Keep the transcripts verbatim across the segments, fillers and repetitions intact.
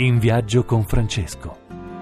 In viaggio con Francesco.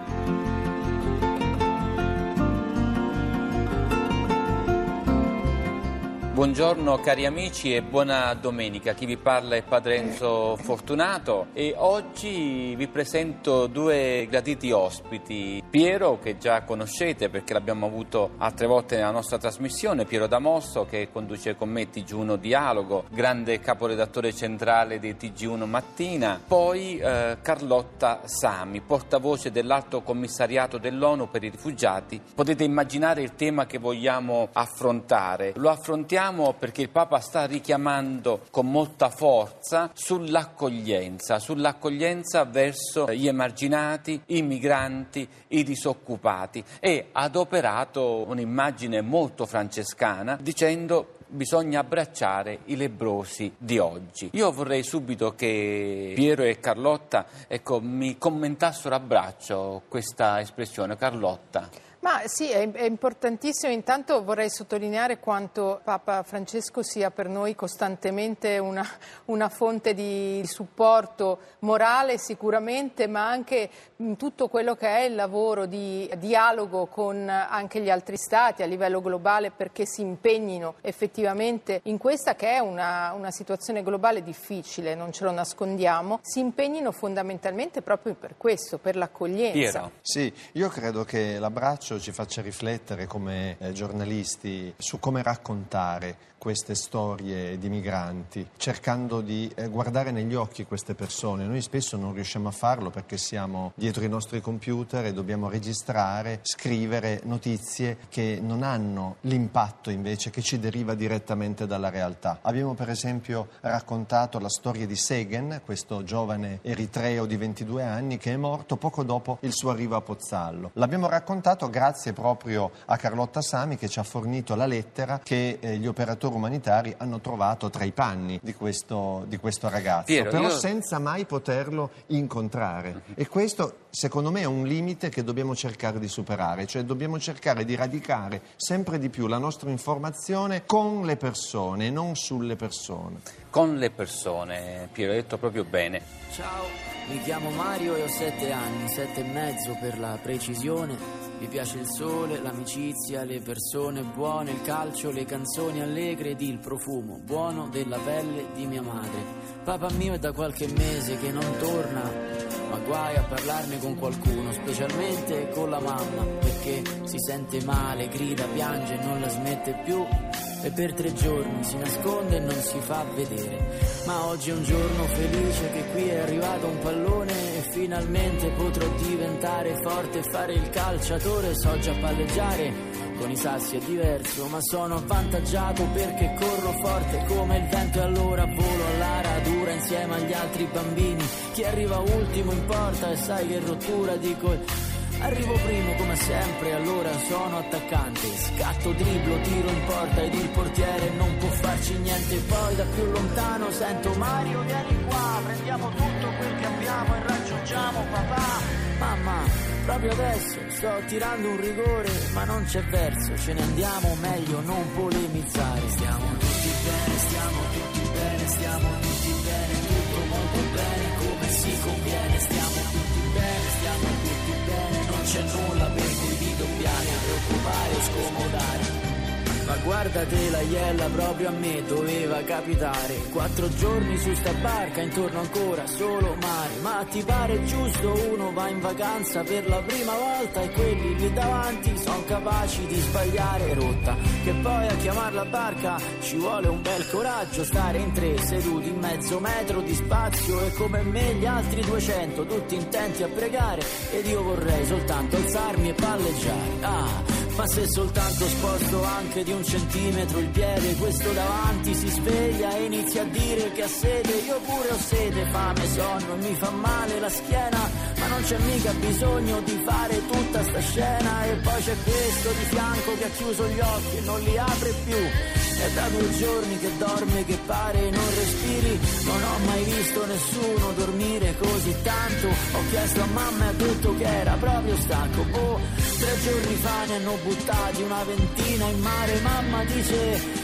Buongiorno cari amici e buona domenica, chi vi parla è Padre Enzo Fortunato e oggi vi presento due graditi ospiti. Piero, che già conoscete perché l'abbiamo avuto altre volte nella nostra trasmissione, Piero Damosso, che conduce con me T G uno Dialogo, grande caporedattore centrale di T G uno Mattina, poi eh, Carlotta Sami, portavoce dell'Alto Commissariato dell'ONU per i rifugiati. Potete immaginare il tema che vogliamo affrontare, lo affrontiamo perché il Papa sta richiamando con molta forza sull'accoglienza, sull'accoglienza verso gli emarginati, i migranti, i disoccupati, e ha adoperato un'immagine molto francescana dicendo: bisogna abbracciare i lebbrosi di oggi. Io vorrei subito che Piero e Carlotta ecco, mi commentassero a braccio questa espressione. Carlotta. Ma sì, è, è importantissimo. Intanto vorrei sottolineare quanto Papa Francesco sia per noi costantemente una, una fonte di supporto morale sicuramente, ma anche in tutto quello che è il lavoro di dialogo con anche gli altri stati a livello globale, perché si impegnino effettivamente in questa che è una, una situazione globale difficile, non ce lo nascondiamo, si impegnino fondamentalmente proprio per questo, per l'accoglienza. Piero. Sì, io credo che l'abbraccio ci faccia riflettere come eh, giornalisti su come raccontare queste storie di migranti, cercando di eh, guardare negli occhi queste persone. Noi spesso non riusciamo a farlo perché siamo dietro i nostri computer e dobbiamo registrare, scrivere notizie che non hanno l'impatto invece che ci deriva direttamente dalla realtà. Abbiamo per esempio raccontato la storia di Segen, questo giovane eritreo di ventidue anni che è morto poco dopo il suo arrivo a Pozzallo. L'abbiamo raccontato grazie proprio a Carlotta Sami, che ci ha fornito la lettera che eh, gli operatori umanitari hanno trovato tra i panni di questo, di questo ragazzo, Piero, però io... senza mai poterlo incontrare. E questo secondo me è un limite che dobbiamo cercare di superare, cioè dobbiamo cercare di radicare sempre di più la nostra informazione con le persone e non sulle persone. Con le persone, Piero, hai detto proprio bene. Ciao, mi chiamo Mario e ho sette anni, sette e mezzo per la precisione. Mi piace il sole, l'amicizia, le persone buone, il calcio, le canzoni allegre ed il profumo buono della pelle di mia madre. Papà mio è da qualche mese che non torna, ma guai a parlarne con qualcuno, specialmente con la mamma, perché si sente male, grida, piange e non la smette più. E per tre giorni si nasconde e non si fa vedere. Ma oggi è un giorno felice che qui è arrivato un pallone e finalmente potrò diventare forte e fare il calciatore. So già palleggiare, con i sassi è diverso, ma sono avvantaggiato perché corro forte come il vento e allora volo alla radura insieme agli altri bambini. Chi arriva ultimo importa e sai che rottura dico... Arrivo primo come sempre, allora sono attaccante. Scatto, dribblo, tiro in porta ed il portiere non può farci niente. Poi da più lontano sento Mario, vieni qua, prendiamo tutto quel che abbiamo e raggiungiamo papà. Mamma, proprio adesso sto tirando un rigore, ma non c'è verso, ce ne andiamo, meglio non polemizzare. Stiamo tutti bene, stiamo tutti bene, stiamo tutti bene, tutto molto bene, come si conviene. Stiamo tutti bene, stiamo tutti bene, non c'è nulla per cui vi dobbiate preoccupare o scomodare. Ma guardate la iella, proprio a me doveva capitare. Quattro giorni su sta barca, intorno ancora solo mare. Ma ti pare giusto, uno va in vacanza per la prima volta e quelli lì davanti son capaci di sbagliare rotta. Che poi a chiamar la barca ci vuole un bel coraggio. Stare in tre seduti in mezzo metro di spazio e come me gli altri duecento tutti intenti a pregare. Ed io vorrei soltanto alzarmi e palleggiare. Ah, ma se soltanto sposto anche di un centimetro il piede, questo davanti si sveglia e inizia a dire che ha sede. Io pure ho sede, fame, sonno e mi fa male la schiena, ma non c'è mica bisogno di fare tutta sta scena. E poi c'è questo di fianco che ha chiuso gli occhi e non li apre più. È da due giorni che dorme, che pare non respiri. Non ho mai visto nessuno dormire così tanto. Ho chiesto a mamma e ha detto che era proprio stanco. Oh, tre giorni fa ne hanno buttati una ventina in mare. Mamma dice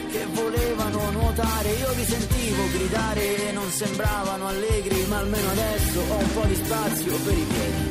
che volevano nuotare. Io li sentivo gridare e non sembravano allegri, ma almeno adesso ho un po' di spazio per i piedi.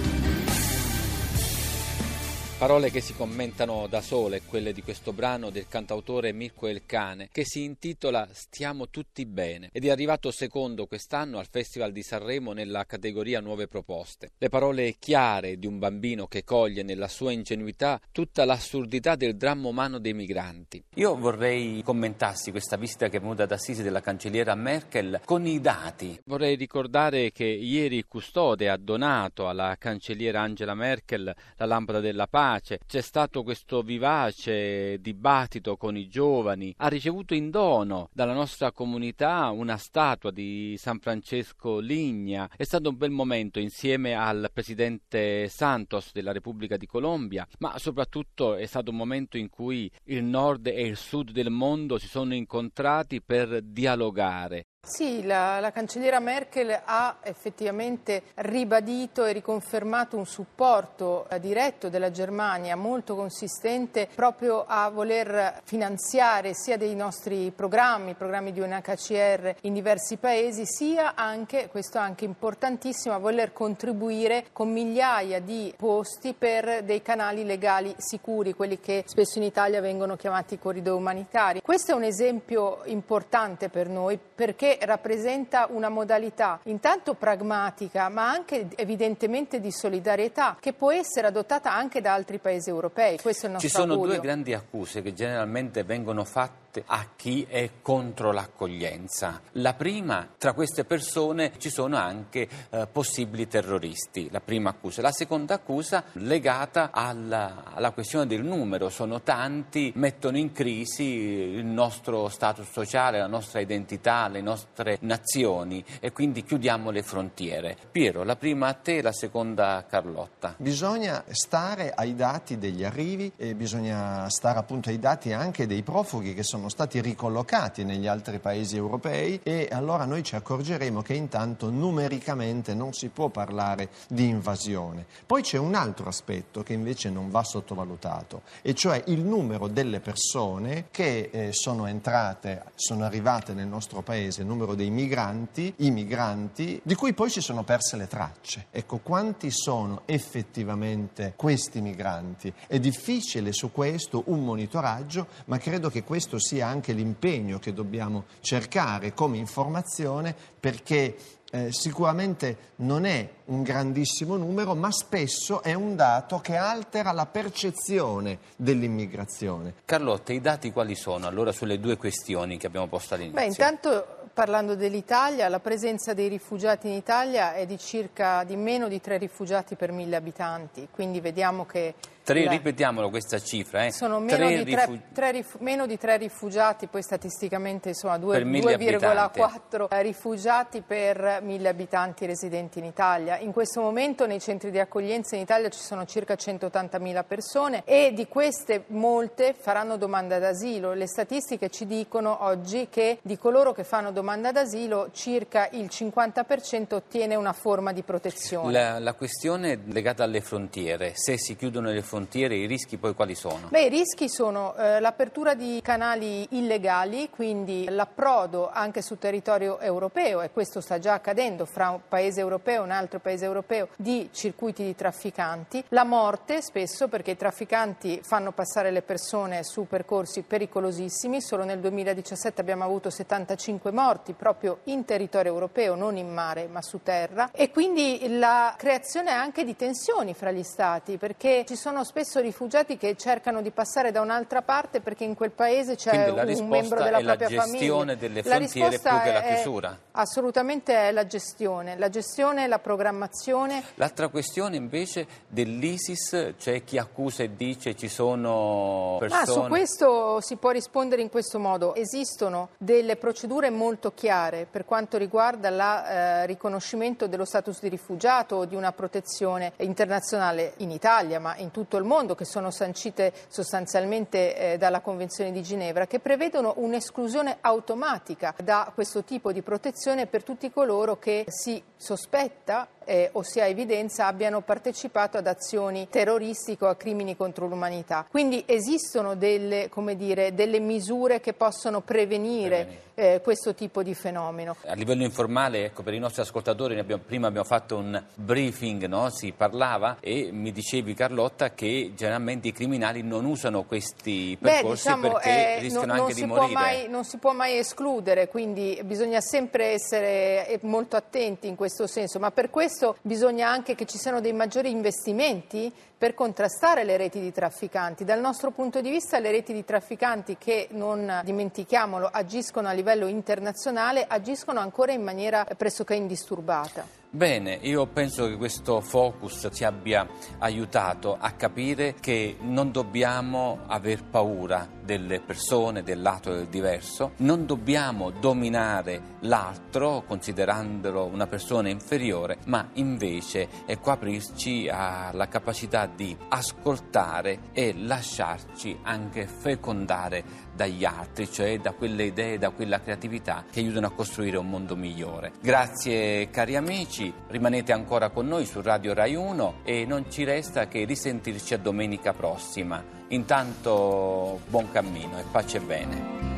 Parole che si commentano da sole, quelle di questo brano del cantautore Mirko Elkane, che si intitola Stiamo tutti bene ed è arrivato secondo quest'anno al Festival di Sanremo nella categoria Nuove Proposte. Le parole chiare di un bambino che coglie nella sua ingenuità tutta l'assurdità del dramma umano dei migranti. Io vorrei commentassi questa visita che è venuta ad Assisi della cancelliera Merkel con i dati. Vorrei ricordare che ieri il custode ha donato alla cancelliera Angela Merkel la lampada della pace. C'è stato questo vivace dibattito con i giovani, ha ricevuto in dono dalla nostra comunità una statua di San Francesco Ligna. È stato un bel momento insieme al presidente Santos della Repubblica di Colombia, ma soprattutto è stato un momento in cui il nord e il sud del mondo si sono incontrati per dialogare. Sì, la, la cancelliera Merkel ha effettivamente ribadito e riconfermato un supporto eh, diretto della Germania molto consistente proprio a voler finanziare sia dei nostri programmi, programmi di U N H C R in diversi paesi, sia anche, questo è anche importantissimo, a voler contribuire con migliaia di posti per dei canali legali sicuri, quelli che spesso in Italia vengono chiamati corridoi umanitari. Questo è un esempio importante per noi perché rappresenta una modalità intanto pragmatica ma anche evidentemente di solidarietà che può essere adottata anche da altri paesi europei. Questo è il nostro Ci sono augurio. Due grandi accuse che generalmente vengono fatte a chi è contro l'accoglienza. La prima, tra queste persone ci sono anche eh, possibili terroristi, la prima accusa. La seconda accusa legata alla, alla questione del numero, sono tanti, mettono in crisi il nostro status sociale, la nostra identità, le nostre nazioni e quindi chiudiamo le frontiere. Piero, la prima a te, la seconda a Carlotta. Bisogna stare ai dati degli arrivi e bisogna stare appunto ai dati anche dei profughi che sono stati ricollocati negli altri paesi europei e allora noi ci accorgeremo che intanto numericamente non si può parlare di invasione. Poi c'è un altro aspetto che invece non va sottovalutato e cioè il numero delle persone che eh, sono entrate, sono arrivate nel nostro paese, il numero dei migranti, i migranti, di cui poi si sono perse le tracce. Ecco, quanti sono effettivamente questi migranti? È difficile su questo un monitoraggio, ma credo che questo sia anche l'impegno che dobbiamo cercare come informazione, perché eh, sicuramente non è un grandissimo numero, ma spesso è un dato che altera la percezione dell'immigrazione. Carlotta, i dati quali sono allora sulle due questioni che abbiamo posto all'inizio? Beh, intanto parlando dell'Italia, la presenza dei rifugiati in Italia è di circa di meno di tre rifugiati per mille abitanti, quindi vediamo che Tre, la... ripetiamolo questa cifra, eh? Sono meno, tre di tre, rifu... tre rif... meno di tre rifugiati, poi statisticamente insomma due due virgola quattro rifugiati per mille abitanti residenti in Italia. In questo momento nei centri di accoglienza in Italia ci sono circa centottantamila persone e di queste molte faranno domanda d'asilo. Le statistiche ci dicono oggi che di coloro che fanno domanda d'asilo circa il cinquanta per cento ottiene una forma di protezione. La, la questione legata alle frontiere, se si chiudono le frontiere, i rischi poi quali sono? Beh, i rischi sono eh, l'apertura di canali illegali, quindi l'approdo anche su territorio europeo, e questo sta già accadendo fra un paese europeo e un altro paese europeo, di circuiti di trafficanti, la morte spesso perché i trafficanti fanno passare le persone su percorsi pericolosissimi. Solo nel duemiladiciassette abbiamo avuto settantacinque morti proprio in territorio europeo, non in mare ma su terra, e quindi la creazione anche di tensioni fra gli stati, perché ci sono spesso rifugiati che cercano di passare da un'altra parte perché in quel paese c'è un membro della propria famiglia. La gestione delle frontiere più che la chiusura? Assolutamente è la gestione, la gestione, la programmazione. L'altra questione invece dell'ISIS, c'è chi accusa e dice ci sono persone... Ah, su questo si può rispondere in questo modo. Esistono delle procedure molto chiare per quanto riguarda il eh, riconoscimento dello status di rifugiato o di una protezione internazionale in Italia, ma in tutto il mondo, che sono sancite sostanzialmente eh, dalla Convenzione di Ginevra, che prevedono un'esclusione automatica da questo tipo di protezione per tutti coloro che si sospetta eh, o si ha evidenza abbiano partecipato ad azioni terroristiche o a crimini contro l'umanità. Quindi esistono delle, come dire, delle misure che possono prevenire eh, questo tipo di fenomeno. A livello informale, ecco, per i nostri ascoltatori, ne abbiamo, prima abbiamo fatto un briefing, no? Si parlava e mi dicevi, Carlotta, che generalmente i criminali non usano questi percorsi. Beh, diciamo, perché eh, rischiano non, anche non di morire. Mai, non si può mai escludere, quindi bisogna sempre essere molto attenti in questo senso, ma per questo bisogna anche che ci siano dei maggiori investimenti per contrastare le reti di trafficanti. Dal nostro punto di vista le reti di trafficanti, che non dimentichiamolo agiscono a livello internazionale, agiscono ancora in maniera pressoché indisturbata. Bene, io penso che questo focus ci abbia aiutato a capire che non dobbiamo aver paura delle persone, del lato del diverso, non dobbiamo dominare l'altro considerandolo una persona inferiore, ma invece ecco, aprirci alla capacità di ascoltare e lasciarci anche fecondare dagli altri, cioè da quelle idee, da quella creatività che aiutano a costruire un mondo migliore. Grazie cari amici, rimanete ancora con noi su Radio Rai uno e non ci resta che risentirci a domenica prossima. Intanto buon cammino e pace e bene.